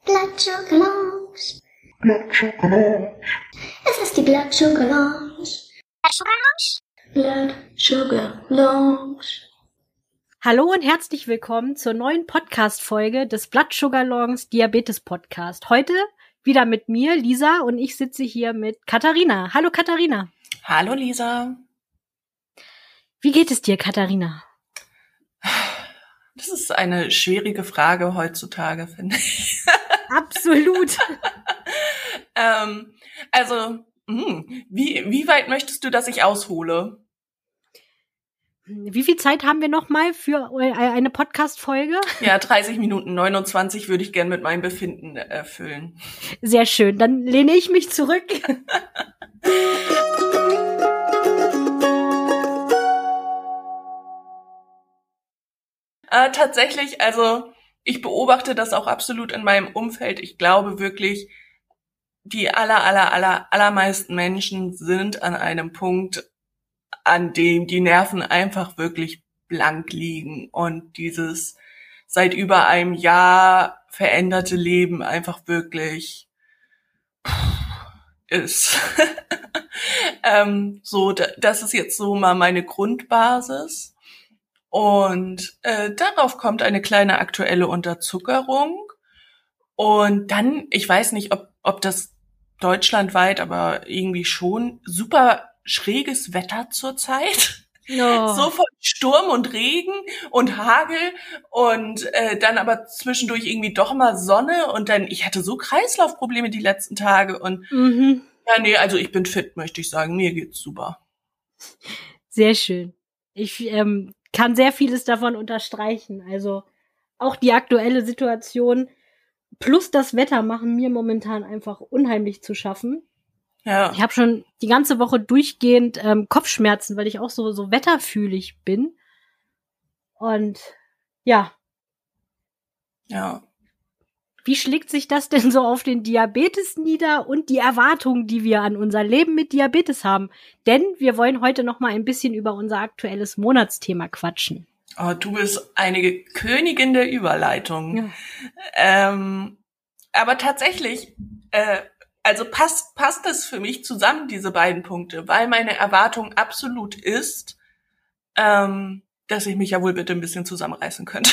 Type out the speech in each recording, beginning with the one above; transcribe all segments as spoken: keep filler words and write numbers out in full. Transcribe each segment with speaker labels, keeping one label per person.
Speaker 1: Blood Sugar Lounge. Blood Sugar Lounge. Es ist die Blood Sugar Lounge. Blood Sugar Lounge. Blood Sugar Lounge.
Speaker 2: Hallo und herzlich willkommen zur neuen Podcast-Folge des Blood Sugar Lounge Diabetes Podcast. Heute wieder mit mir, Lisa, und ich sitze hier mit Katharina. Hallo Katharina.
Speaker 3: Hallo Lisa.
Speaker 2: Wie geht es dir, Katharina?
Speaker 3: Das ist eine schwierige Frage heutzutage, finde ich.
Speaker 2: Absolut.
Speaker 3: ähm, also, mh, wie, wie weit möchtest du, dass ich aushole?
Speaker 2: Wie viel Zeit haben wir noch mal für eine Podcast-Folge?
Speaker 3: Ja, dreißig Minuten, neunundzwanzig würde ich gern mit meinem Befinden erfüllen.
Speaker 2: Sehr schön, dann lehne ich mich zurück.
Speaker 3: Äh, tatsächlich, also ich beobachte das auch absolut in meinem Umfeld. Ich glaube wirklich, die aller, aller, aller, allermeisten Menschen sind an einem Punkt, an dem die Nerven einfach wirklich blank liegen und dieses seit über einem Jahr veränderte Leben einfach wirklich ist. ähm, so, das ist jetzt so mal meine Grundbasis. Und äh, darauf kommt eine kleine aktuelle Unterzuckerung. Und dann, ich weiß nicht, ob ob das deutschlandweit, aber irgendwie schon, super schräges Wetter zurzeit.
Speaker 2: Oh.
Speaker 3: So von Sturm und Regen und Hagel und äh, dann aber zwischendurch irgendwie doch mal Sonne. Und dann, ich hatte so Kreislaufprobleme die letzten Tage. Und
Speaker 2: Mhm.
Speaker 3: ja, nee, also ich bin fit, möchte ich sagen. Mir geht's super.
Speaker 2: Sehr schön. Ich ähm, kann sehr vieles davon unterstreichen. Also auch die aktuelle Situation plus das Wetter machen mir momentan einfach unheimlich zu schaffen.
Speaker 3: Ja.
Speaker 2: Ich habe schon die ganze Woche durchgehend ähm, Kopfschmerzen, weil ich auch so so wetterfühlig bin. Und ja.
Speaker 3: Ja.
Speaker 2: Wie schlägt sich das denn so auf den Diabetes nieder und die Erwartungen, die wir an unser Leben mit Diabetes haben? Denn wir wollen heute noch mal ein bisschen über unser aktuelles Monatsthema quatschen.
Speaker 3: Oh, du bist eine Königin der Überleitung.
Speaker 2: Ja.
Speaker 3: Ähm, aber tatsächlich, äh, also passt passt es für mich zusammen, diese beiden Punkte, weil meine Erwartung absolut ist, ähm, dass ich mich ja wohl bitte ein bisschen zusammenreißen könnte.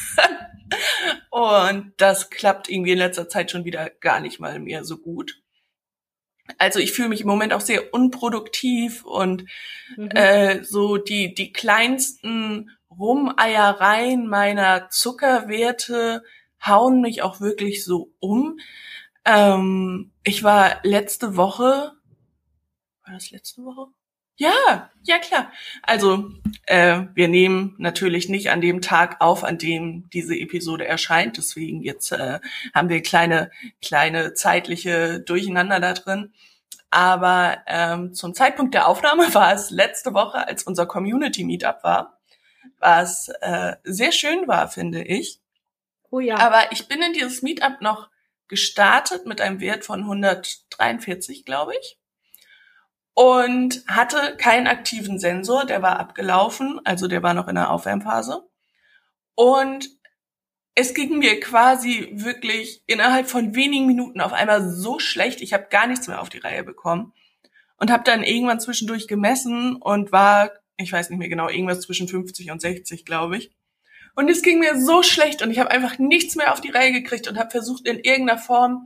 Speaker 3: Und das klappt irgendwie in letzter Zeit schon wieder gar nicht mal mehr so gut. Also ich fühle mich im Moment auch sehr unproduktiv und mhm. äh, so die die kleinsten Rumeiereien meiner Zuckerwerte hauen mich auch wirklich so um. Ähm, ich war letzte Woche, war das letzte Woche? Ja, ja klar. Also äh, wir nehmen natürlich nicht an dem Tag auf, an dem diese Episode erscheint. Deswegen jetzt äh, haben wir kleine kleine zeitliche Durcheinander da drin. Aber ähm, zum Zeitpunkt der Aufnahme war es letzte Woche, als unser Community Meetup war, was äh, sehr schön war, finde ich.
Speaker 2: Oh ja.
Speaker 3: Aber ich bin in dieses Meetup noch gestartet mit einem Wert von hundertdreiundvierzig, glaube ich. Und hatte keinen aktiven Sensor, der war abgelaufen, also der war noch in der Aufwärmphase. Und es ging mir quasi wirklich innerhalb von wenigen Minuten auf einmal so schlecht, ich habe gar nichts mehr auf die Reihe bekommen. Und habe dann irgendwann zwischendurch gemessen und war, ich weiß nicht mehr genau, irgendwas zwischen fünfzig und sechzig, glaube ich. Und es ging mir so schlecht und ich habe einfach nichts mehr auf die Reihe gekriegt und habe versucht, in irgendeiner Form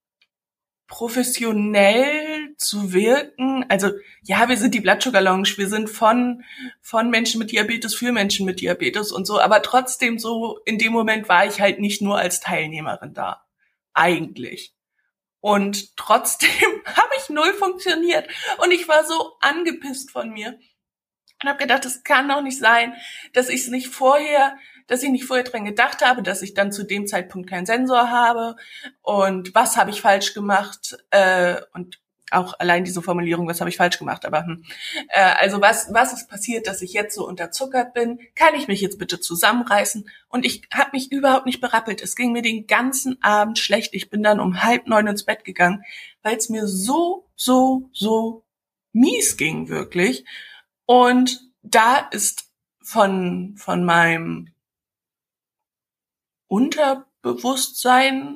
Speaker 3: professionell zu wirken. Also ja, wir sind die Blood Sugar Lounge, wir sind von von Menschen mit Diabetes für Menschen mit Diabetes und so, aber trotzdem so in dem Moment war ich halt nicht nur als Teilnehmerin da, eigentlich. Und trotzdem habe ich null funktioniert und ich war so angepisst von mir und habe gedacht, es kann doch nicht sein, dass ich es nicht vorher dass ich nicht vorher dran gedacht habe, dass ich dann zu dem Zeitpunkt keinen Sensor habe und was habe ich falsch gemacht äh, und auch allein diese Formulierung, was habe ich falsch gemacht, aber hm, äh, also was was ist passiert, dass ich jetzt so unterzuckert bin? Kann ich mich jetzt bitte zusammenreißen? Und ich habe mich überhaupt nicht berappelt. Es ging mir den ganzen Abend schlecht. Ich bin dann um halb neun ins Bett gegangen, weil es mir so, so, so mies ging, wirklich. Und da ist von von meinem Unterbewusstsein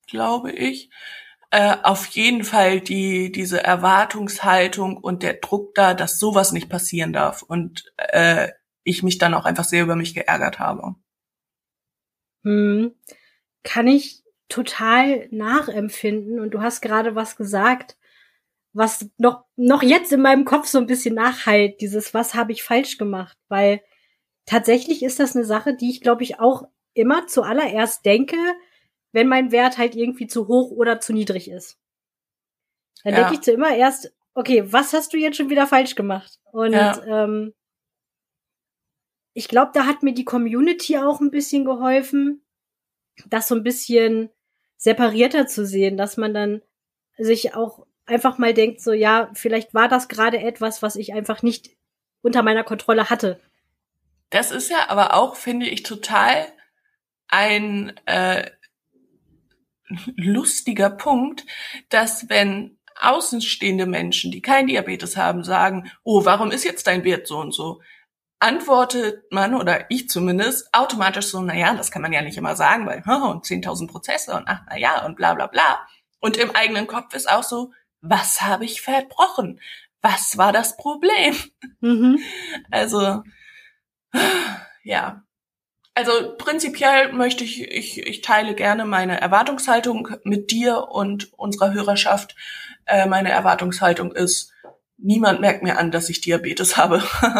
Speaker 3: glaube ich. Äh, auf jeden Fall die diese Erwartungshaltung und der Druck da, dass sowas nicht passieren darf. Und äh, ich mich dann auch einfach sehr über mich geärgert habe.
Speaker 2: Hm. Kann ich total nachempfinden. Und du hast gerade was gesagt, was noch noch jetzt in meinem Kopf so ein bisschen nachhallt, dieses was habe ich falsch gemacht, weil tatsächlich ist das eine Sache, die ich glaube ich auch immer zuallererst denke, wenn mein Wert halt irgendwie zu hoch oder zu niedrig ist. Dann
Speaker 3: Ja.
Speaker 2: denke ich zuallererst, okay, was hast du jetzt schon wieder falsch gemacht? Und
Speaker 3: Ja.
Speaker 2: ähm, ich glaube, da hat mir die Community auch ein bisschen geholfen, das so ein bisschen separierter zu sehen, dass man dann sich auch einfach mal denkt, so ja, vielleicht war das gerade etwas, was ich einfach nicht unter meiner Kontrolle hatte.
Speaker 3: Das ist ja aber auch, finde ich, total ein äh, lustiger Punkt, dass wenn außenstehende Menschen, die kein Diabetes haben, sagen, oh, warum ist jetzt dein Wert so und so, antwortet man, oder ich zumindest, automatisch so, na ja, das kann man ja nicht immer sagen, weil, oh, und zehntausend Prozesse und ach, na ja, und bla bla bla. Und im eigenen Kopf ist auch so, was habe ich verbrochen? Was war das Problem?
Speaker 2: Mhm.
Speaker 3: Also, ja. Also prinzipiell möchte ich, ich, ich teile gerne meine Erwartungshaltung mit dir und unserer Hörerschaft. Äh, meine Erwartungshaltung ist, niemand merkt mir an, dass ich Diabetes habe.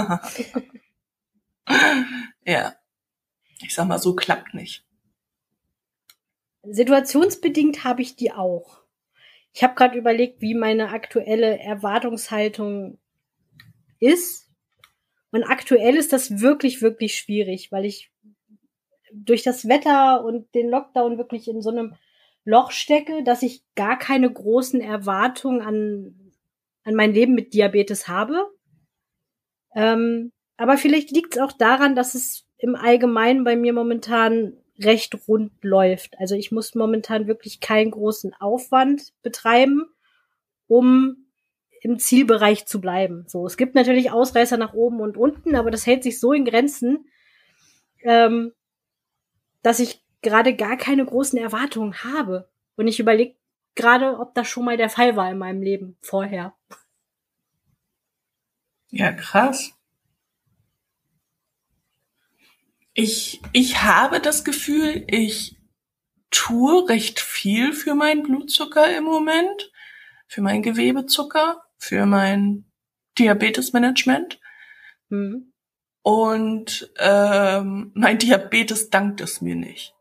Speaker 3: Ja. Ich sag mal, so klappt nicht.
Speaker 2: Situationsbedingt habe ich die auch. Ich habe gerade überlegt, wie meine aktuelle Erwartungshaltung ist. Und aktuell ist das wirklich, wirklich schwierig, weil ich durch das Wetter und den Lockdown wirklich in so einem Loch stecke, dass ich gar keine großen Erwartungen an, an mein Leben mit Diabetes habe. Ähm, aber vielleicht liegt es auch daran, dass es im Allgemeinen bei mir momentan recht rund läuft. Also ich muss momentan wirklich keinen großen Aufwand betreiben, um im Zielbereich zu bleiben. So, es gibt natürlich Ausreißer nach oben und unten, aber das hält sich so in Grenzen, ähm, dass ich gerade gar keine großen Erwartungen habe. Und ich überlege gerade, ob das schon mal der Fall war in meinem Leben vorher.
Speaker 3: Ja, krass. Ich, ich habe das Gefühl, ich tue recht viel für meinen Blutzucker im Moment, für meinen Gewebezucker, für mein Diabetesmanagement.
Speaker 2: Hm.
Speaker 3: Und ähm, mein Diabetes dankt es mir nicht.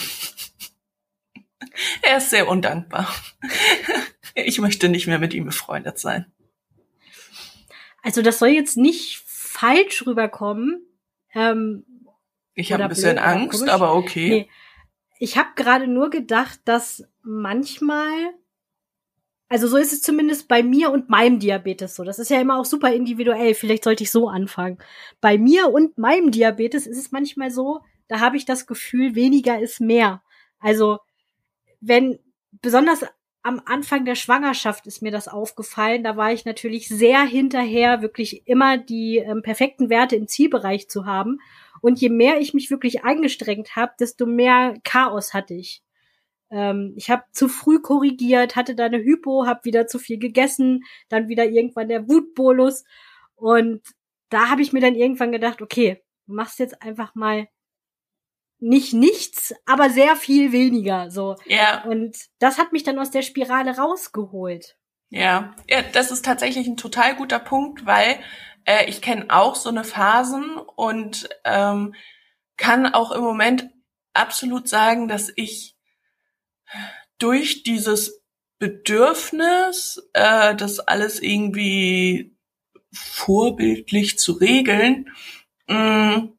Speaker 3: Er ist sehr undankbar. Ich möchte nicht mehr mit ihm befreundet sein.
Speaker 2: Also das soll jetzt nicht falsch rüberkommen. Ähm,
Speaker 3: ich habe ein bisschen
Speaker 2: blöd,
Speaker 3: Angst, aber okay.
Speaker 2: Nee. Ich habe gerade nur gedacht, dass manchmal, also so ist es zumindest bei mir und meinem Diabetes so. Das ist ja immer auch super individuell. Vielleicht sollte ich so anfangen. Bei mir und meinem Diabetes ist es manchmal so, da habe ich das Gefühl, weniger ist mehr. Also wenn, besonders am Anfang der Schwangerschaft ist mir das aufgefallen, da war ich natürlich sehr hinterher, wirklich immer die ähm, perfekten Werte im Zielbereich zu haben. Und je mehr ich mich wirklich angestrengt habe, desto mehr Chaos hatte ich. Ähm, ich habe zu früh korrigiert, hatte da eine Hypo, habe wieder zu viel gegessen, dann wieder irgendwann der Wutbolus. Und da habe ich mir dann irgendwann gedacht, okay, du machst jetzt einfach mal nicht nichts, aber sehr viel weniger, so.
Speaker 3: Ja.
Speaker 2: Und das hat mich dann aus der Spirale rausgeholt.
Speaker 3: Ja, ja, das ist tatsächlich ein total guter Punkt, weil äh, ich kenne auch so eine Phasen und ähm, kann auch im Moment absolut sagen, dass ich durch dieses Bedürfnis, äh, das alles irgendwie vorbildlich zu regeln, mh,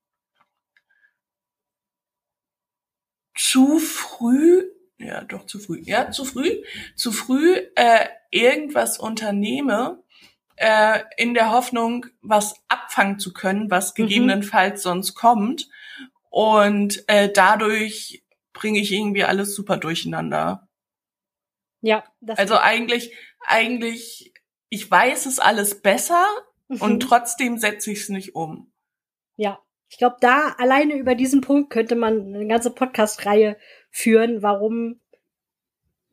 Speaker 3: zu früh, ja doch zu früh, ja zu früh, zu früh äh, irgendwas unternehme, äh, in der Hoffnung, was abfangen zu können, was
Speaker 2: Mhm.
Speaker 3: gegebenenfalls sonst kommt. Und äh, dadurch bringe ich irgendwie alles super durcheinander.
Speaker 2: Ja, das
Speaker 3: Also eigentlich, eigentlich, ich weiß es alles besser
Speaker 2: Mhm.
Speaker 3: und trotzdem setze ich es nicht um.
Speaker 2: Ja, ich glaube, da alleine über diesen Punkt könnte man eine ganze Podcast-Reihe führen, warum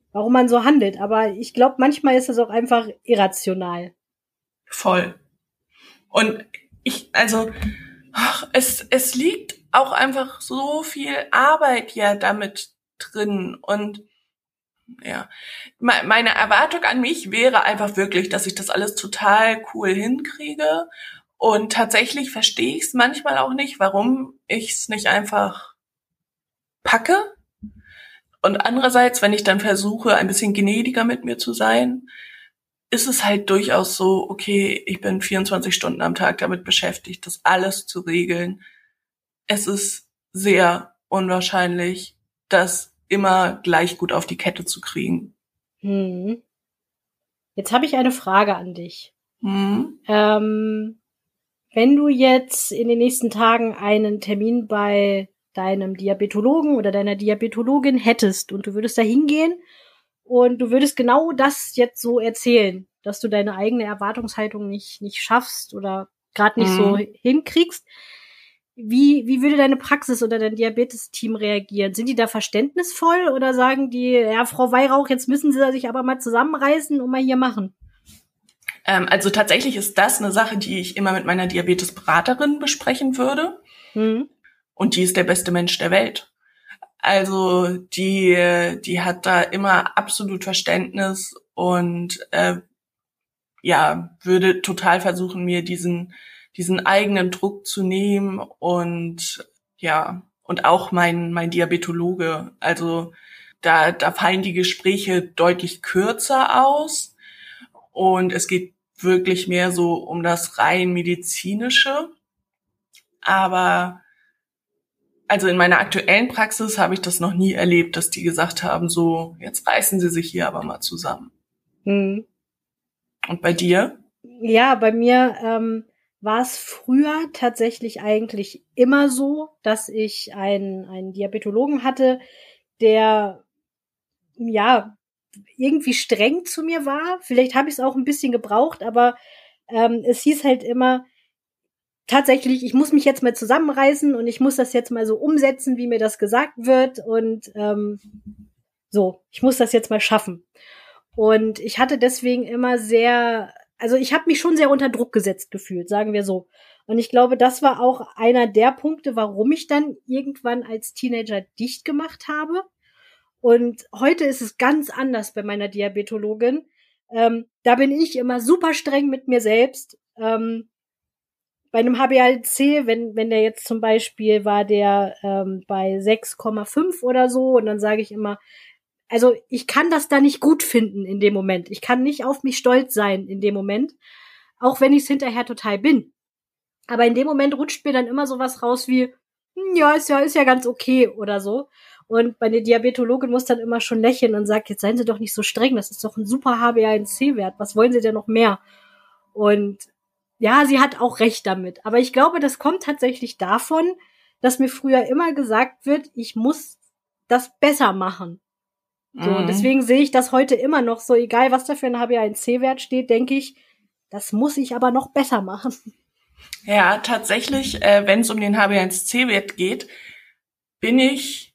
Speaker 2: warum man so handelt. Aber ich glaube, manchmal ist es auch einfach irrational.
Speaker 3: Voll. Und ich, also, ach, es, es liegt auch einfach so viel Arbeit ja damit drin. Und ja, meine Erwartung an mich wäre einfach wirklich, dass ich das alles total cool hinkriege. Und tatsächlich verstehe ich es manchmal auch nicht, warum ich es nicht einfach packe. Und andererseits, wenn ich dann versuche, ein bisschen gnädiger mit mir zu sein, ist es halt durchaus so, okay, ich bin vierundzwanzig Stunden am Tag damit beschäftigt, das alles zu regeln. Es ist sehr unwahrscheinlich, das immer gleich gut auf die Kette zu kriegen.
Speaker 2: Hm. Jetzt habe ich eine Frage an dich.
Speaker 3: Hm.
Speaker 2: Ähm, wenn du jetzt in den nächsten Tagen einen Termin bei deinem Diabetologen oder deiner Diabetologin hättest und du würdest da hingehen und du würdest genau das jetzt so erzählen, dass du deine eigene Erwartungshaltung nicht nicht schaffst oder gerade nicht mhm. so hinkriegst. Wie wie würde deine Praxis oder dein Diabetes-Team reagieren? Sind die da verständnisvoll oder sagen die, ja, Frau Weihrauch, jetzt müssen Sie sich aber mal zusammenreißen und mal hier machen?
Speaker 3: Ähm, also tatsächlich ist das eine Sache, die ich immer mit meiner Diabetes-Beraterin besprechen würde. Mhm. Und die ist der beste Mensch der Welt. Also die, die hat da immer absolut Verständnis und äh, ja, würde total versuchen, mir diesen diesen eigenen Druck zu nehmen und ja, und auch mein mein Diabetologe. Also da da fallen die Gespräche deutlich kürzer aus und es geht wirklich mehr so um das rein medizinische. Aber also in meiner aktuellen Praxis habe ich das noch nie erlebt, dass die gesagt haben, so, jetzt reißen Sie sich hier aber mal zusammen. Hm. Und bei dir?
Speaker 2: Ja, bei mir ähm, war es früher tatsächlich eigentlich immer so, dass ich einen, einen Diabetologen hatte, der ja irgendwie streng zu mir war. Vielleicht habe ich es auch ein bisschen gebraucht, aber ähm, es hieß halt immer, tatsächlich, ich muss mich jetzt mal zusammenreißen und ich muss das jetzt mal so umsetzen, wie mir das gesagt wird und ähm, so, ich muss das jetzt mal schaffen. Und ich hatte deswegen immer sehr, also ich habe mich schon sehr unter Druck gesetzt gefühlt, sagen wir so. Und ich glaube, das war auch einer der Punkte, warum ich dann irgendwann als Teenager dicht gemacht habe. Und heute ist es ganz anders bei meiner Diabetologin. Ähm, da bin ich immer super streng mit mir selbst. Ähm, Bei einem H b A C, wenn wenn der jetzt zum Beispiel war der ähm, bei sechs Komma fünf oder so und dann sage ich immer, also ich kann das da nicht gut finden in dem Moment. Ich kann nicht auf mich stolz sein in dem Moment, auch wenn ich es hinterher total bin. Aber in dem Moment rutscht mir dann immer sowas raus wie, hm, ja, ist ja ist ja ganz okay oder so. Und meine Diabetologin muss dann immer schon lächeln und sagt, jetzt seien Sie doch nicht so streng, das ist doch ein super H b A N C-Wert, was wollen Sie denn noch mehr? Und ja, sie hat auch recht damit. Aber ich glaube, das kommt tatsächlich davon, dass mir früher immer gesagt wird, ich muss das besser machen. So, mhm. Deswegen sehe ich das heute immer noch so, egal was da für ein H b A N C-Wert steht, denke ich, das muss ich aber noch besser machen.
Speaker 3: Ja, tatsächlich, äh, wenn es um den H b A N C-Wert geht, bin ich,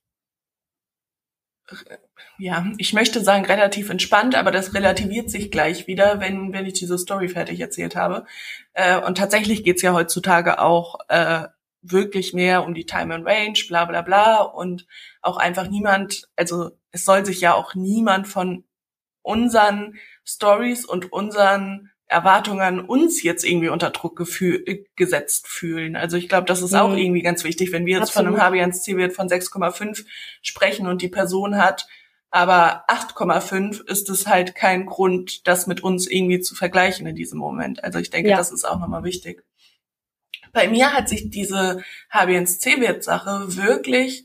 Speaker 3: ja, ich möchte sagen relativ entspannt, aber das relativiert sich gleich wieder, wenn wenn ich diese Story fertig erzählt habe. Äh, und tatsächlich geht's ja heutzutage auch äh, wirklich mehr um die Time and Range, bla bla bla und auch einfach niemand, also es soll sich ja auch niemand von unseren Stories und unseren Erwartungen an uns jetzt irgendwie unter Druck gefühl, gesetzt fühlen. Also ich glaube, das ist mhm. auch irgendwie ganz wichtig, wenn wir jetzt Absolut. Von einem H b A N C-Wert von sechs Komma fünf sprechen und die Person hat aber acht Komma fünf, ist es halt kein Grund, das mit uns irgendwie zu vergleichen in diesem Moment. Also ich denke, ja. das ist auch nochmal wichtig. Bei mir hat sich diese H b A N C-Wert-Sache wirklich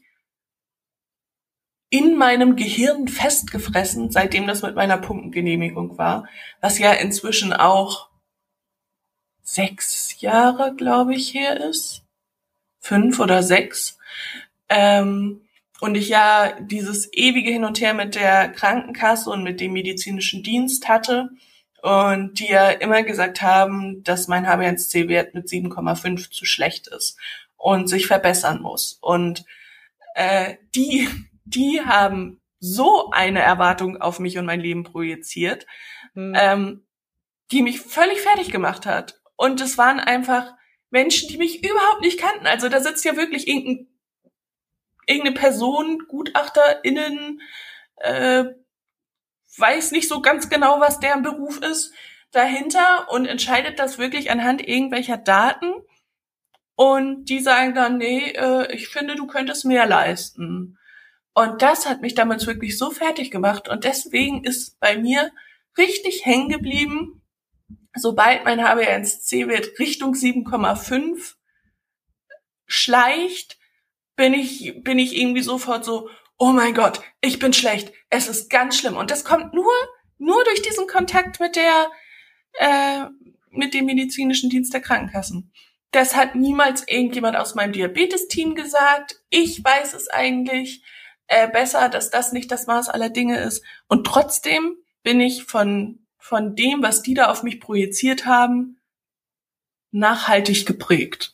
Speaker 3: in meinem Gehirn festgefressen, seitdem das mit meiner Pumpengenehmigung war, was ja inzwischen auch sechs Jahre, glaube ich, her ist. Fünf oder sechs. Ähm, und ich ja dieses ewige Hin und Her mit der Krankenkasse und mit dem medizinischen Dienst hatte und die ja immer gesagt haben, dass mein H b A N C-Wert mit sieben Komma fünf zu schlecht ist und sich verbessern muss. Und äh, die die haben so eine Erwartung auf mich und mein Leben projiziert, mhm. ähm, die mich völlig fertig gemacht hat. Und es waren einfach Menschen, die mich überhaupt nicht kannten. Also da sitzt ja wirklich irgendein, irgendeine Person, GutachterInnen, äh, weiß nicht so ganz genau, was deren Beruf ist, dahinter und entscheidet das wirklich anhand irgendwelcher Daten. Und die sagen dann, nee, äh, ich finde, du könntest mehr leisten. Und das hat mich damals wirklich so fertig gemacht. Und deswegen ist bei mir richtig hängen geblieben, sobald mein H b A eins C-Wert Richtung sieben Komma fünf schleicht, bin ich, bin ich irgendwie sofort so, oh mein Gott, ich bin schlecht, es ist ganz schlimm. Und das kommt nur, nur durch diesen Kontakt mit der, äh, mit dem medizinischen Dienst der Krankenkassen. Das hat niemals irgendjemand aus meinem Diabetes-Team gesagt. Ich weiß es eigentlich äh, besser, dass das nicht das Maß aller Dinge ist. Und trotzdem bin ich von, von dem, was die da auf mich projiziert haben, nachhaltig geprägt.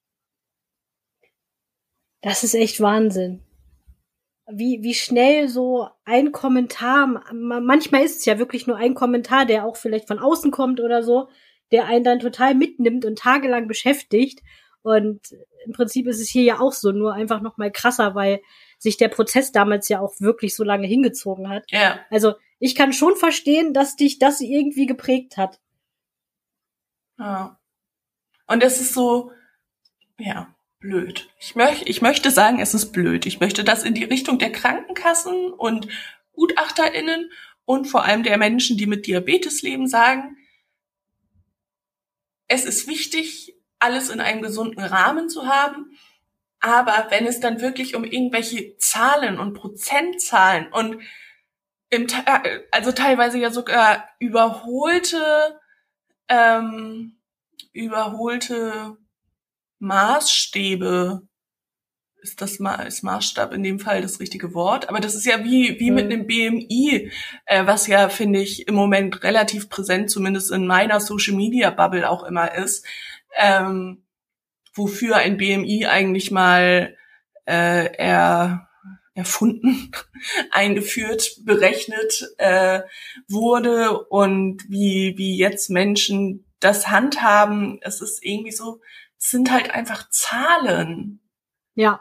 Speaker 2: Das ist echt Wahnsinn. Wie, wie schnell so ein Kommentar, manchmal ist es ja wirklich nur ein Kommentar, der auch vielleicht von außen kommt oder so, der einen dann total mitnimmt und tagelang beschäftigt. Und im Prinzip ist es hier ja auch so, nur einfach noch mal krasser, weil sich der Prozess damals ja auch wirklich so lange hingezogen hat.
Speaker 3: Ja.
Speaker 2: Also ich kann schon verstehen, dass dich das irgendwie geprägt hat.
Speaker 3: Ja. Und es ist so, ja, blöd. Ich möchte, ich möchte sagen, es ist blöd. Ich möchte das in die Richtung der Krankenkassen und GutachterInnen und vor allem der Menschen, die mit Diabetes leben, sagen, es ist wichtig, alles in einem gesunden Rahmen zu haben, aber wenn es dann wirklich um irgendwelche Zahlen und Prozentzahlen und im, also teilweise ja sogar überholte, ähm, überholte Maßstäbe, ist das Ma- ist Maßstab in dem Fall das richtige Wort, aber das ist ja wie wie mhm. mit einem B M I, äh, was ja, finde ich, im Moment relativ präsent, zumindest in meiner Social-Media-Bubble auch immer ist, ähm, wofür ein B M I eigentlich mal äh, er, erfunden, eingeführt, berechnet äh, wurde und wie wie jetzt Menschen das handhaben. Es ist irgendwie so, es sind halt einfach Zahlen.
Speaker 2: Ja.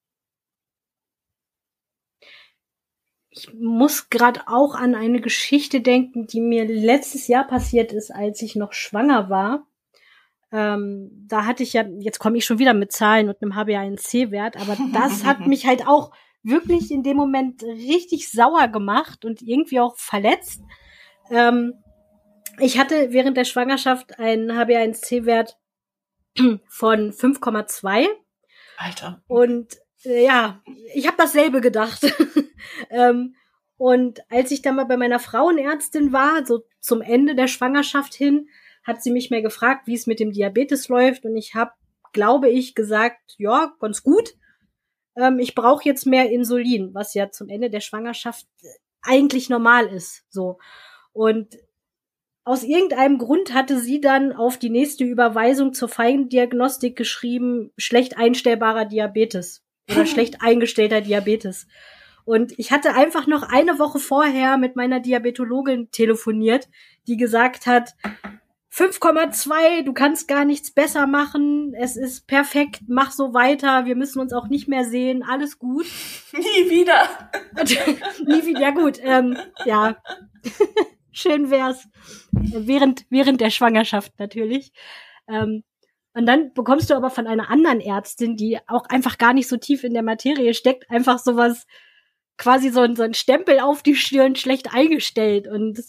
Speaker 2: Ich muss gerade auch an eine Geschichte denken, die mir letztes Jahr passiert ist, als ich noch schwanger war. Ähm, da hatte ich ja, jetzt komme ich schon wieder mit Zahlen und einem H b A eins C-Wert, aber das hat mich halt auch wirklich in dem Moment richtig sauer gemacht und irgendwie auch verletzt. Ähm, ich hatte während der Schwangerschaft einen H b A eins C-Wert von fünf Komma zwei.
Speaker 3: Alter.
Speaker 2: Und äh, ja, ich habe dasselbe gedacht. ähm, und als ich dann mal bei meiner Frauenärztin war, so zum Ende der Schwangerschaft hin, hat sie mich mal gefragt, wie es mit dem Diabetes läuft. Und ich habe, glaube ich, gesagt, ja, ganz gut. Ähm, ich brauche jetzt mehr Insulin, was ja zum Ende der Schwangerschaft eigentlich normal ist. So. Und aus irgendeinem Grund hatte sie dann auf die nächste Überweisung zur Feindiagnostik geschrieben, schlecht einstellbarer Diabetes oder schlecht eingestellter Diabetes. Und ich hatte einfach noch eine Woche vorher mit meiner Diabetologin telefoniert, die gesagt hat, fünf Komma zwei, du kannst gar nichts besser machen, es ist perfekt, mach so weiter, wir müssen uns auch nicht mehr sehen, alles gut.
Speaker 3: Nie wieder.
Speaker 2: Nie wieder, ja gut, ähm, ja. Schön wär's. Während, während der Schwangerschaft natürlich. Ähm, und dann bekommst du aber von einer anderen Ärztin, die auch einfach gar nicht so tief in der Materie steckt, einfach sowas, quasi so ein, so ein Stempel auf die Stirn, schlecht eingestellt. Und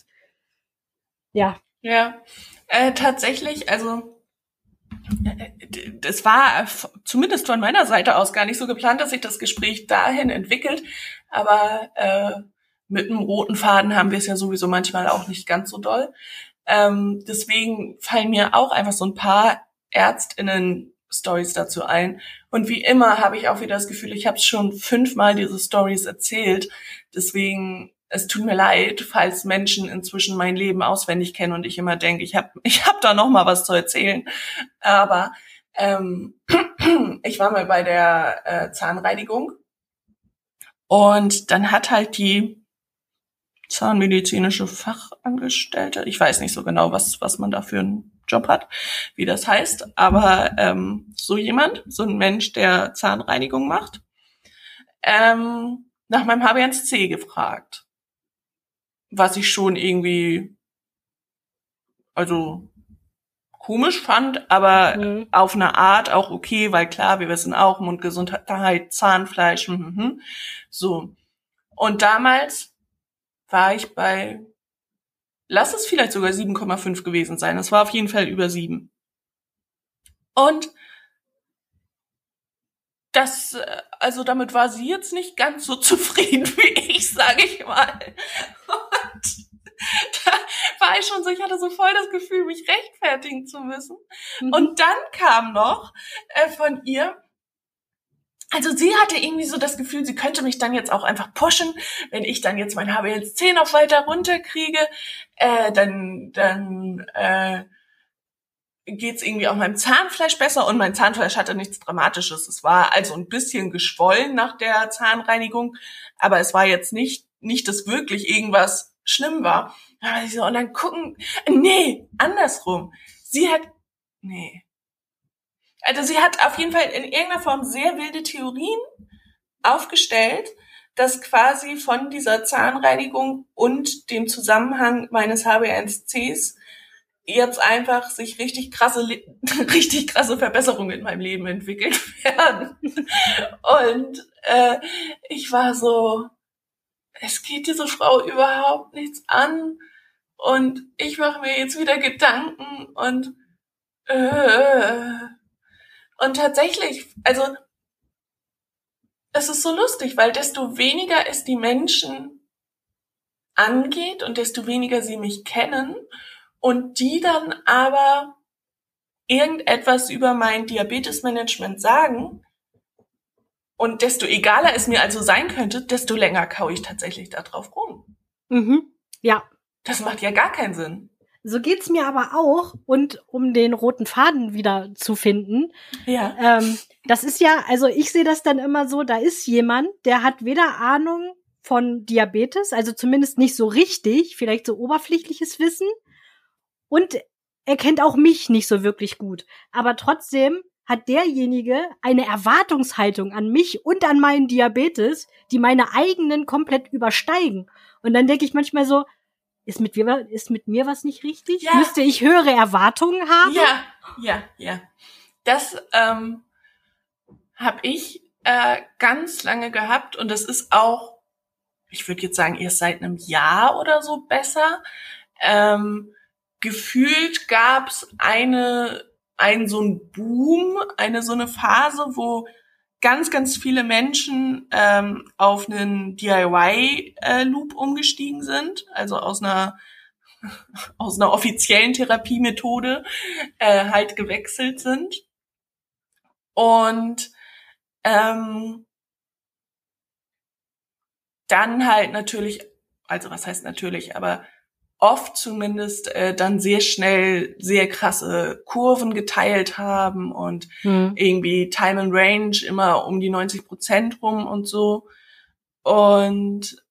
Speaker 2: ja.
Speaker 3: Ja, äh, tatsächlich, also äh, das war f- zumindest von meiner Seite aus gar nicht so geplant, dass sich das Gespräch dahin entwickelt, aber äh, mit einem roten Faden haben wir es ja sowieso manchmal auch nicht ganz so doll. Ähm, deswegen fallen mir auch einfach so ein paar ÄrztInnen-Stories dazu ein. Und wie immer habe ich auch wieder das Gefühl, ich habe schon fünfmal diese Stories erzählt. Deswegen, es tut mir leid, falls Menschen inzwischen mein Leben auswendig kennen und ich immer denke, ich habe ich hab da noch mal was zu erzählen. Aber ähm, ich war mal bei der äh, Zahnreinigung und dann hat halt die zahnmedizinische Fachangestellte. Ich weiß nicht so genau, was was man da für einen Job hat, wie das heißt, aber ähm, so jemand, so ein Mensch, der Zahnreinigung macht, ähm, nach meinem H B eins C gefragt, was ich schon irgendwie, also komisch fand, aber mhm. auf eine Art auch okay, weil klar, wir wissen auch, Mundgesundheit, Zahnfleisch, mhm, so. Und damals war ich bei, lass es vielleicht sogar sieben Komma fünf gewesen sein. Es war auf jeden Fall über sieben. Und das, also damit war sie jetzt nicht ganz so zufrieden wie ich, sage ich mal. Und da war ich schon so, ich hatte so voll das Gefühl, mich rechtfertigen zu müssen. Mhm. Und dann kam noch äh, von ihr, also sie hatte irgendwie so das Gefühl, sie könnte mich dann jetzt auch einfach pushen, wenn ich dann jetzt mein H B eins C noch weiter runterkriege, äh, dann dann äh, geht's irgendwie auch meinem Zahnfleisch besser. Und mein Zahnfleisch hatte nichts Dramatisches. Es war also ein bisschen geschwollen nach der Zahnreinigung, aber es war jetzt nicht nicht, dass wirklich irgendwas schlimm war. Und dann gucken, nee, andersrum. Sie hat, nee. Also sie hat auf jeden Fall in irgendeiner Form sehr wilde Theorien aufgestellt, dass quasi von dieser Zahnreinigung und dem Zusammenhang meines H B eins Cs jetzt einfach sich richtig krasse, richtig krasse Verbesserungen in meinem Leben entwickelt werden. Und äh, ich war so, es geht diese Frau überhaupt nichts an und ich mache mir jetzt wieder Gedanken und äh, und tatsächlich, also es ist so lustig, weil desto weniger es die Menschen angeht und desto weniger sie mich kennen und die dann aber irgendetwas über mein Diabetesmanagement sagen und desto egaler es mir also sein könnte, desto länger kaue ich tatsächlich da drauf rum.
Speaker 2: Mhm, ja.
Speaker 3: Das macht ja gar keinen Sinn.
Speaker 2: So geht's mir aber auch, und um den roten Faden wieder zu finden.
Speaker 3: Ja.
Speaker 2: Ähm, das ist ja, also ich sehe das dann immer so, da ist jemand, der hat weder Ahnung von Diabetes, also zumindest nicht so richtig, vielleicht so oberflächliches Wissen, und er kennt auch mich nicht so wirklich gut. Aber trotzdem hat derjenige eine Erwartungshaltung an mich und an meinen Diabetes, die meine eigenen komplett übersteigen. Und dann denke ich manchmal so, Ist mit, mir, ist mit mir was nicht richtig? Ja. Müsste ich höhere Erwartungen haben?
Speaker 3: Ja, ja, ja. Das ähm, habe ich äh, ganz lange gehabt und das ist auch, ich würde jetzt sagen, erst seit einem Jahr oder so besser. Ähm, gefühlt gab's eine, einen so einen Boom, eine so eine Phase, wo ganz, ganz viele Menschen ähm, auf einen D I Y-Loop äh, umgestiegen sind, also aus einer aus einer offiziellen Therapiemethode äh, halt gewechselt sind. Und ähm, dann halt natürlich, also was heißt natürlich, aber oft zumindest äh, dann sehr schnell sehr krasse Kurven geteilt haben und hm. irgendwie Time and Range immer um die neunzig Prozent rum und so. Und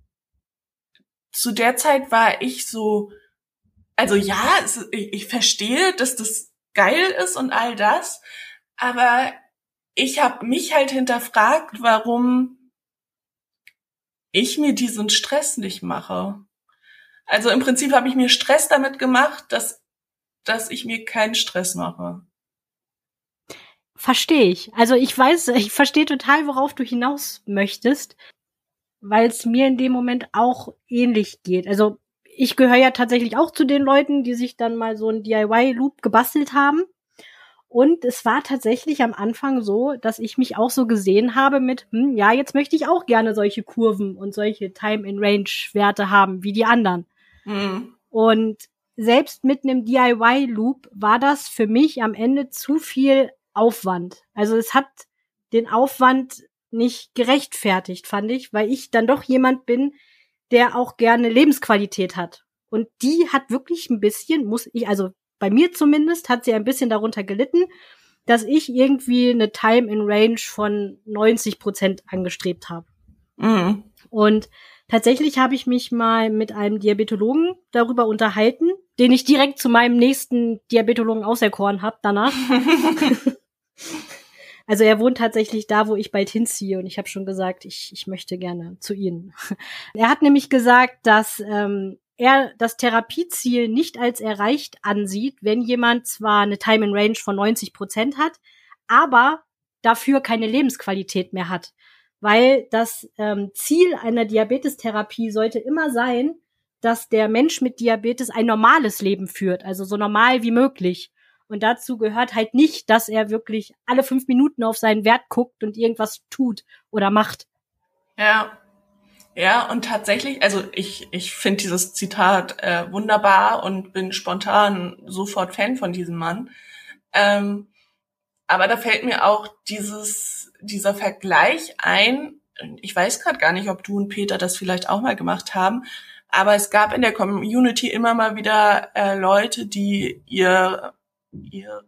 Speaker 3: zu der Zeit war ich so, also ja, es, ich, ich verstehe, dass das geil ist und all das, aber ich habe mich halt hinterfragt, warum ich mir diesen Stress nicht mache. Also im Prinzip habe ich mir Stress damit gemacht, dass dass ich mir keinen Stress mache.
Speaker 2: Verstehe ich. Also ich weiß, ich verstehe total, worauf du hinaus möchtest, weil es mir in dem Moment auch ähnlich geht. Also ich gehöre ja tatsächlich auch zu den Leuten, die sich dann mal so einen D I Y-Loop gebastelt haben. Und es war tatsächlich am Anfang so, dass ich mich auch so gesehen habe mit, hm, ja, jetzt möchte ich auch gerne solche Kurven und solche Time-in-Range-Werte haben wie die anderen. Mhm. Und selbst mit einem D I Y-Loop war das für mich am Ende zu viel Aufwand. Also es hat den Aufwand nicht gerechtfertigt, fand ich, weil ich dann doch jemand bin, der auch gerne Lebensqualität hat. Und die hat wirklich ein bisschen, muss ich, also bei mir zumindest, hat sie ein bisschen darunter gelitten, dass ich irgendwie eine Time in Range von neunzig Prozent angestrebt habe.
Speaker 3: Mhm.
Speaker 2: Und tatsächlich habe ich mich mal mit einem Diabetologen darüber unterhalten, den ich direkt zu meinem nächsten Diabetologen auserkoren habe danach. Also er wohnt tatsächlich da, wo ich bald hinziehe, und ich habe schon gesagt, ich, ich möchte gerne zu Ihnen. Er hat nämlich gesagt, dass ähm, er das Therapieziel nicht als erreicht ansieht, wenn jemand zwar eine Time in Range von neunzig Prozent hat, aber dafür keine Lebensqualität mehr hat. Weil das ähm, Ziel einer Diabetestherapie sollte immer sein, dass der Mensch mit Diabetes ein normales Leben führt, also so normal wie möglich. Und dazu gehört halt nicht, dass er wirklich alle fünf Minuten auf seinen Wert guckt und irgendwas tut oder macht.
Speaker 3: Ja, ja, und tatsächlich, also ich ich finde dieses Zitat äh, wunderbar und bin spontan sofort Fan von diesem Mann. Ähm, aber da fällt mir auch dieses dieser Vergleich ein. Ich weiß gerade gar nicht, ob du und Peter das vielleicht auch mal gemacht haben, aber es gab in der Community immer mal wieder äh, Leute, die ihr ihre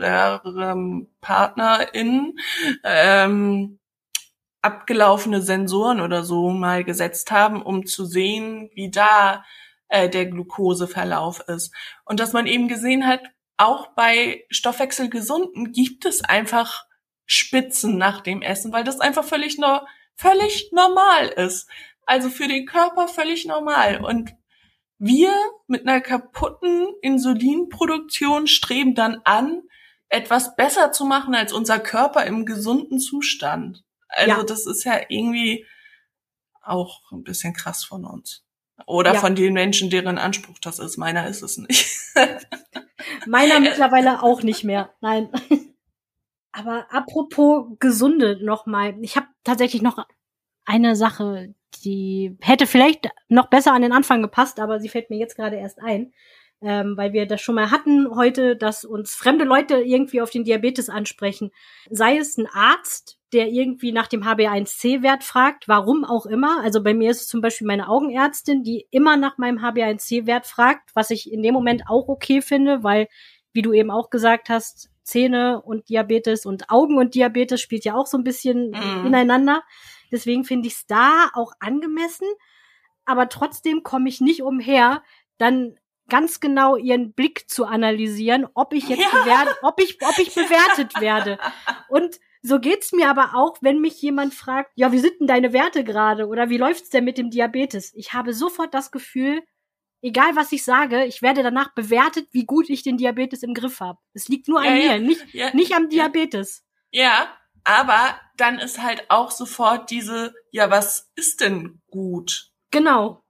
Speaker 3: PartnerInnen ähm, abgelaufene Sensoren oder so mal gesetzt haben, um zu sehen, wie da äh, der Glukoseverlauf ist. Und dass man eben gesehen hat, auch bei Stoffwechselgesunden gibt es einfach Spitzen nach dem Essen, weil das einfach völlig no- völlig normal ist. Also für den Körper völlig normal. Und wir mit einer kaputten Insulinproduktion streben dann an, etwas besser zu machen als unser Körper im gesunden Zustand. Also
Speaker 2: Ja.
Speaker 3: das ist ja irgendwie auch ein bisschen krass von uns. Oder
Speaker 2: Ja.
Speaker 3: von den Menschen, deren Anspruch das ist. Meiner ist es nicht.
Speaker 2: Meiner mittlerweile auch nicht mehr. Nein. Aber apropos Gesunde nochmal. Ich habe tatsächlich noch eine Sache, die hätte vielleicht noch besser an den Anfang gepasst, aber sie fällt mir jetzt gerade erst ein, ähm, weil wir das schon mal hatten heute, dass uns fremde Leute irgendwie auf den Diabetes ansprechen. Sei es ein Arzt, der irgendwie nach dem H b A eins C Wert fragt, warum auch immer. Also bei mir ist es zum Beispiel meine Augenärztin, die immer nach meinem H b A eins C Wert fragt, was ich in dem Moment auch okay finde, weil, wie du eben auch gesagt hast, Zähne und Diabetes und Augen und Diabetes spielt ja auch so ein bisschen
Speaker 3: Mhm.
Speaker 2: ineinander. Deswegen finde ich es da auch angemessen, aber trotzdem komme ich nicht umher, dann ganz genau ihren Blick zu analysieren, ob ich jetzt
Speaker 3: Ja.
Speaker 2: bewert, ob ich, ob ich bewertet werde. Und so geht's mir aber auch, wenn mich jemand fragt, ja, wie sind denn deine Werte gerade oder wie läuft's denn mit dem Diabetes? Ich habe sofort das Gefühl, egal was ich sage, ich werde danach bewertet, wie gut ich den Diabetes im Griff habe. Es liegt nur an
Speaker 3: Ja, ja.
Speaker 2: mir, nicht,
Speaker 3: Ja.
Speaker 2: nicht am Diabetes.
Speaker 3: Ja, aber dann ist halt auch sofort diese, ja, was ist denn gut?
Speaker 2: Genau.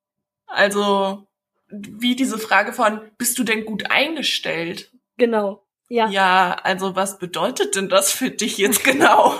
Speaker 3: Also wie diese Frage von, bist du denn gut eingestellt?
Speaker 2: Genau. Ja.
Speaker 3: Ja, also was bedeutet denn das für dich jetzt genau?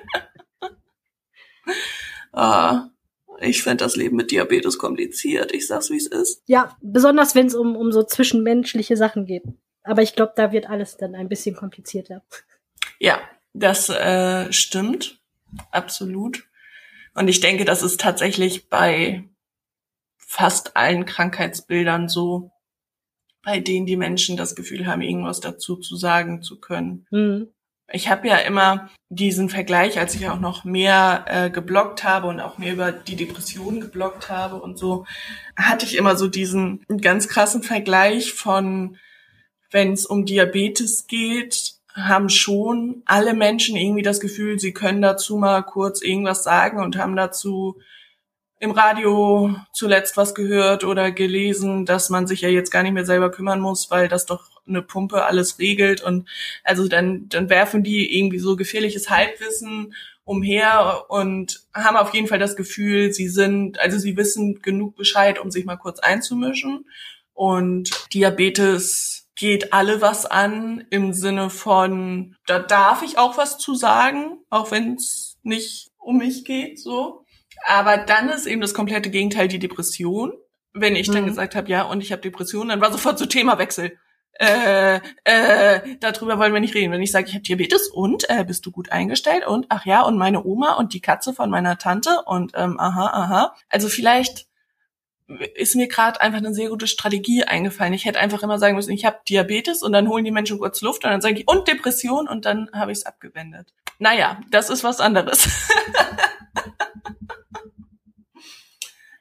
Speaker 3: ah, ich finde das Leben mit Diabetes kompliziert. Ich sag's, wie es ist.
Speaker 2: Ja, besonders wenn es um, um so zwischenmenschliche Sachen geht. Aber ich glaube, da wird alles dann ein bisschen komplizierter.
Speaker 3: Ja, das äh, stimmt. Absolut. Und ich denke, das ist tatsächlich bei fast allen Krankheitsbildern so, bei denen die Menschen das Gefühl haben, irgendwas dazu zu sagen zu können.
Speaker 2: Mhm.
Speaker 3: Ich habe ja immer diesen Vergleich, als ich auch noch mehr äh, gebloggt habe und auch mehr über die Depression gebloggt habe und so, hatte ich immer so diesen ganz krassen Vergleich von, wenn es um Diabetes geht, haben schon alle Menschen irgendwie das Gefühl, sie können dazu mal kurz irgendwas sagen und haben dazu im Radio zuletzt was gehört oder gelesen, dass man sich ja jetzt gar nicht mehr selber kümmern muss, weil das doch eine Pumpe alles regelt. Und also dann dann werfen die irgendwie so gefährliches Halbwissen umher und haben auf jeden Fall das Gefühl, sie sind, also sie wissen genug Bescheid, um sich mal kurz einzumischen. Und Diabetes geht alle was an im Sinne von, da darf ich auch was zu sagen, auch wenn es nicht um mich geht, so. Aber dann ist eben das komplette Gegenteil die Depression. Wenn ich dann
Speaker 2: Mhm.
Speaker 3: gesagt habe, ja, und ich habe Depression, dann war sofort so Themawechsel. Äh, äh, darüber wollen wir nicht reden. Wenn ich sage, ich habe Diabetes und äh, bist du gut eingestellt und ach ja, und meine Oma und die Katze von meiner Tante und ähm, aha, aha. Also vielleicht ist mir gerade einfach eine sehr gute Strategie eingefallen. Ich hätte einfach immer sagen müssen, ich habe Diabetes und dann holen die Menschen kurz Luft und dann sage ich, und Depression und dann habe ich es abgewendet. Naja, das ist was anderes.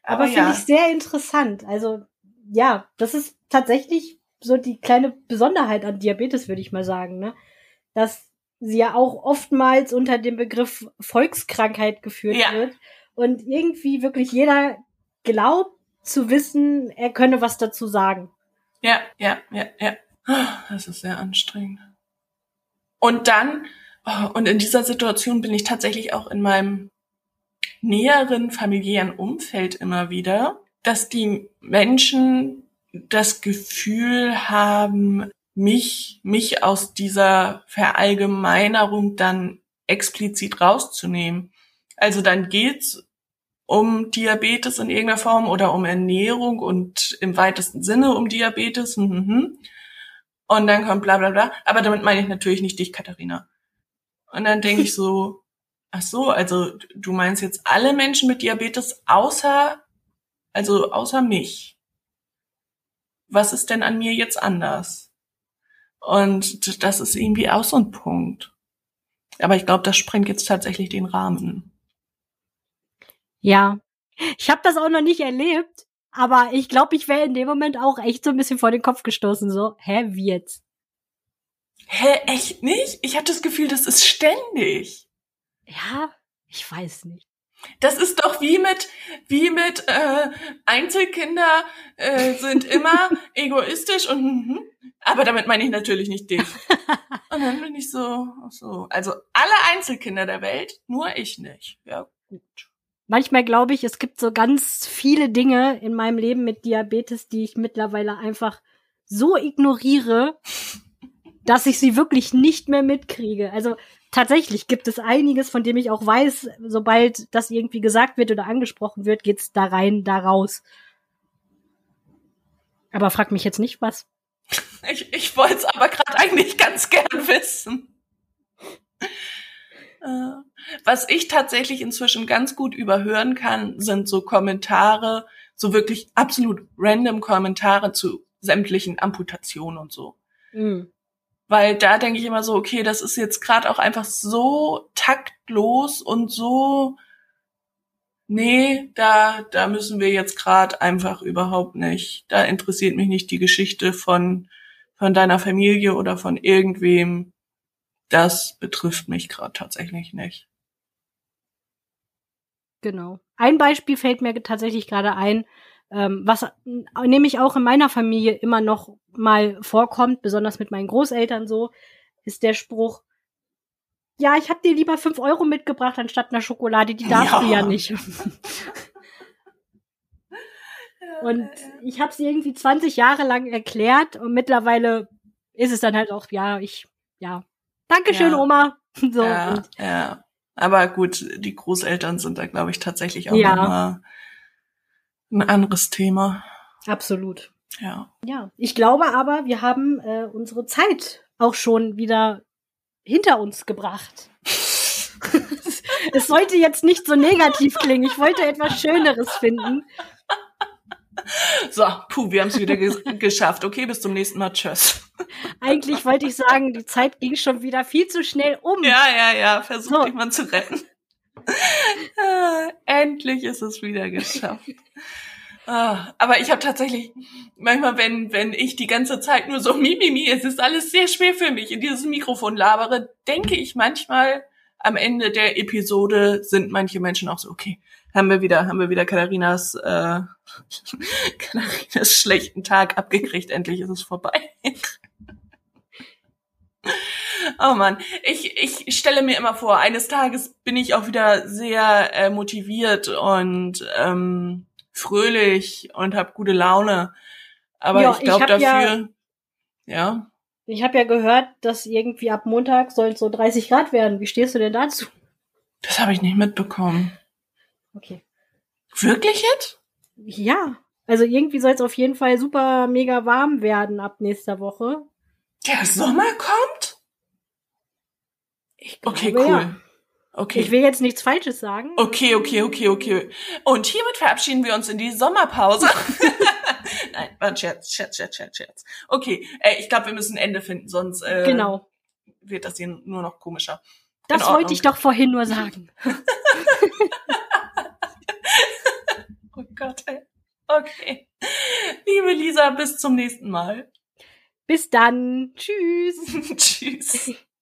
Speaker 2: Aber,
Speaker 3: Aber
Speaker 2: finde
Speaker 3: ja.
Speaker 2: ich sehr interessant. Also, ja, das ist tatsächlich so die kleine Besonderheit an Diabetes, würde ich mal sagen, ne? Dass sie ja auch oftmals unter dem Begriff Volkskrankheit geführt
Speaker 3: Ja.
Speaker 2: wird und irgendwie wirklich jeder glaubt zu wissen, er könne was dazu sagen.
Speaker 3: Ja, ja, ja, ja. Das ist sehr anstrengend. Und dann, oh, und in dieser Situation bin ich tatsächlich auch in meinem näheren familiären Umfeld immer wieder, dass die Menschen das Gefühl haben, mich, mich aus dieser Verallgemeinerung dann explizit rauszunehmen. Also dann geht's um Diabetes in irgendeiner Form oder um Ernährung und im weitesten Sinne um Diabetes. Und dann kommt bla bla bla. Aber damit meine ich natürlich nicht dich, Katharina. Und dann denke ich so, ach so, also du meinst jetzt alle Menschen mit Diabetes außer, also außer mich. Was ist denn an mir jetzt anders? Und das ist irgendwie auch so ein Punkt. Aber ich glaube, das sprengt jetzt tatsächlich den Rahmen.
Speaker 2: Ja, ich habe das auch noch nicht erlebt, aber ich glaube, ich wäre in dem Moment auch echt so ein bisschen vor den Kopf gestoßen. So, hä, wie jetzt?
Speaker 3: Hä, echt nicht? Ich habe das Gefühl, das ist ständig.
Speaker 2: Ja, ich weiß nicht.
Speaker 3: Das ist doch wie mit wie mit äh, Einzelkinder äh, sind immer egoistisch und mhm. Aber damit meine ich natürlich nicht dich. Und dann bin ich so, ach so, also alle Einzelkinder der Welt, nur ich nicht. Ja, gut.
Speaker 2: Manchmal glaube ich, es gibt so ganz viele Dinge in meinem Leben mit Diabetes, die ich mittlerweile einfach so ignoriere, dass ich sie wirklich nicht mehr mitkriege. Also tatsächlich gibt es einiges, von dem ich auch weiß, sobald das irgendwie gesagt wird oder angesprochen wird, geht's da rein, da raus. Aber frag mich jetzt nicht, was.
Speaker 3: Ich, ich wollte es aber gerade eigentlich ganz gern wissen. Äh, was ich tatsächlich inzwischen ganz gut überhören kann, sind so Kommentare, so wirklich absolut random Kommentare zu sämtlichen Amputationen und so.
Speaker 2: Mhm.
Speaker 3: Weil da denke ich immer so, okay, das ist jetzt gerade auch einfach so taktlos und so, nee, da da müssen wir jetzt gerade einfach überhaupt nicht. Da interessiert mich nicht die Geschichte von von deiner Familie oder von irgendwem. Das betrifft mich gerade tatsächlich nicht.
Speaker 2: Genau. Ein Beispiel fällt mir tatsächlich gerade ein, ähm, was nämlich auch in meiner Familie immer noch mal vorkommt, besonders mit meinen Großeltern so, ist der Spruch, ja, ich habe dir lieber fünf Euro mitgebracht anstatt einer Schokolade, die darfst
Speaker 3: Ja.
Speaker 2: du ja nicht. Und ich habe es irgendwie zwanzig Jahre lang erklärt und mittlerweile ist es dann halt auch, ja, ich, ja, Dankeschön,
Speaker 3: Ja.
Speaker 2: Oma. So,
Speaker 3: Ja,
Speaker 2: und
Speaker 3: ja. Aber gut, die Großeltern sind da, glaube ich, tatsächlich auch
Speaker 2: Ja.
Speaker 3: nochmal ein anderes Thema.
Speaker 2: absolut.
Speaker 3: Ja.
Speaker 2: Ja, ich glaube aber, wir haben äh, unsere Zeit auch schon wieder hinter uns gebracht. Es sollte jetzt nicht so negativ klingen. Ich wollte etwas Schöneres finden.
Speaker 3: So, puh, wir haben es wieder ge- geschafft. Okay, bis zum nächsten Mal. Tschüss.
Speaker 2: Eigentlich wollte ich sagen, die Zeit ging schon wieder viel zu schnell um.
Speaker 3: Ja, ja, ja, versuch
Speaker 2: So.
Speaker 3: dich mal zu retten. Ah, endlich ist es wieder geschafft. Ah, aber ich habe tatsächlich, manchmal, wenn wenn ich die ganze Zeit nur so mimimi, es ist alles sehr schwer für mich, in dieses Mikrofon labere, denke ich manchmal, am Ende der Episode sind manche Menschen auch so, okay, haben wir wieder, haben wir wieder Katharinas, äh, Katharinas schlechten Tag abgekriegt, endlich ist es vorbei. Oh Mann, ich, ich stelle mir immer vor, eines Tages bin ich auch wieder sehr äh, motiviert und ähm, fröhlich und habe gute Laune. Aber
Speaker 2: Ja,
Speaker 3: ich
Speaker 2: ich
Speaker 3: glaube
Speaker 2: hab
Speaker 3: dafür, ja,
Speaker 2: Ich habe ja gehört, dass irgendwie ab Montag soll es so dreißig Grad werden. Wie stehst du denn dazu?
Speaker 3: das habe ich nicht mitbekommen.
Speaker 2: Okay.
Speaker 3: Wirklich jetzt?
Speaker 2: Ja, also irgendwie soll es auf jeden Fall super mega warm werden ab nächster Woche.
Speaker 3: Der Sommer kommt?
Speaker 2: Ich
Speaker 3: Okay,
Speaker 2: glaube,
Speaker 3: cool.
Speaker 2: ja.
Speaker 3: Okay.
Speaker 2: Ich will jetzt nichts Falsches sagen.
Speaker 3: Okay, okay, okay, okay. Und hiermit verabschieden wir uns in die Sommerpause. Nein, war ein Scherz, Scherz, Scherz, Scherz, Scherz. Okay, äh, ich glaube, wir müssen ein Ende finden, sonst äh,
Speaker 2: Genau.
Speaker 3: wird das hier nur noch komischer.
Speaker 2: Das
Speaker 3: In Ordnung.
Speaker 2: wollte ich doch vorhin nur sagen.
Speaker 3: Okay. Gott, ey. Okay. Liebe Lisa, bis zum nächsten Mal.
Speaker 2: Bis dann. Tschüss.
Speaker 3: Tschüss.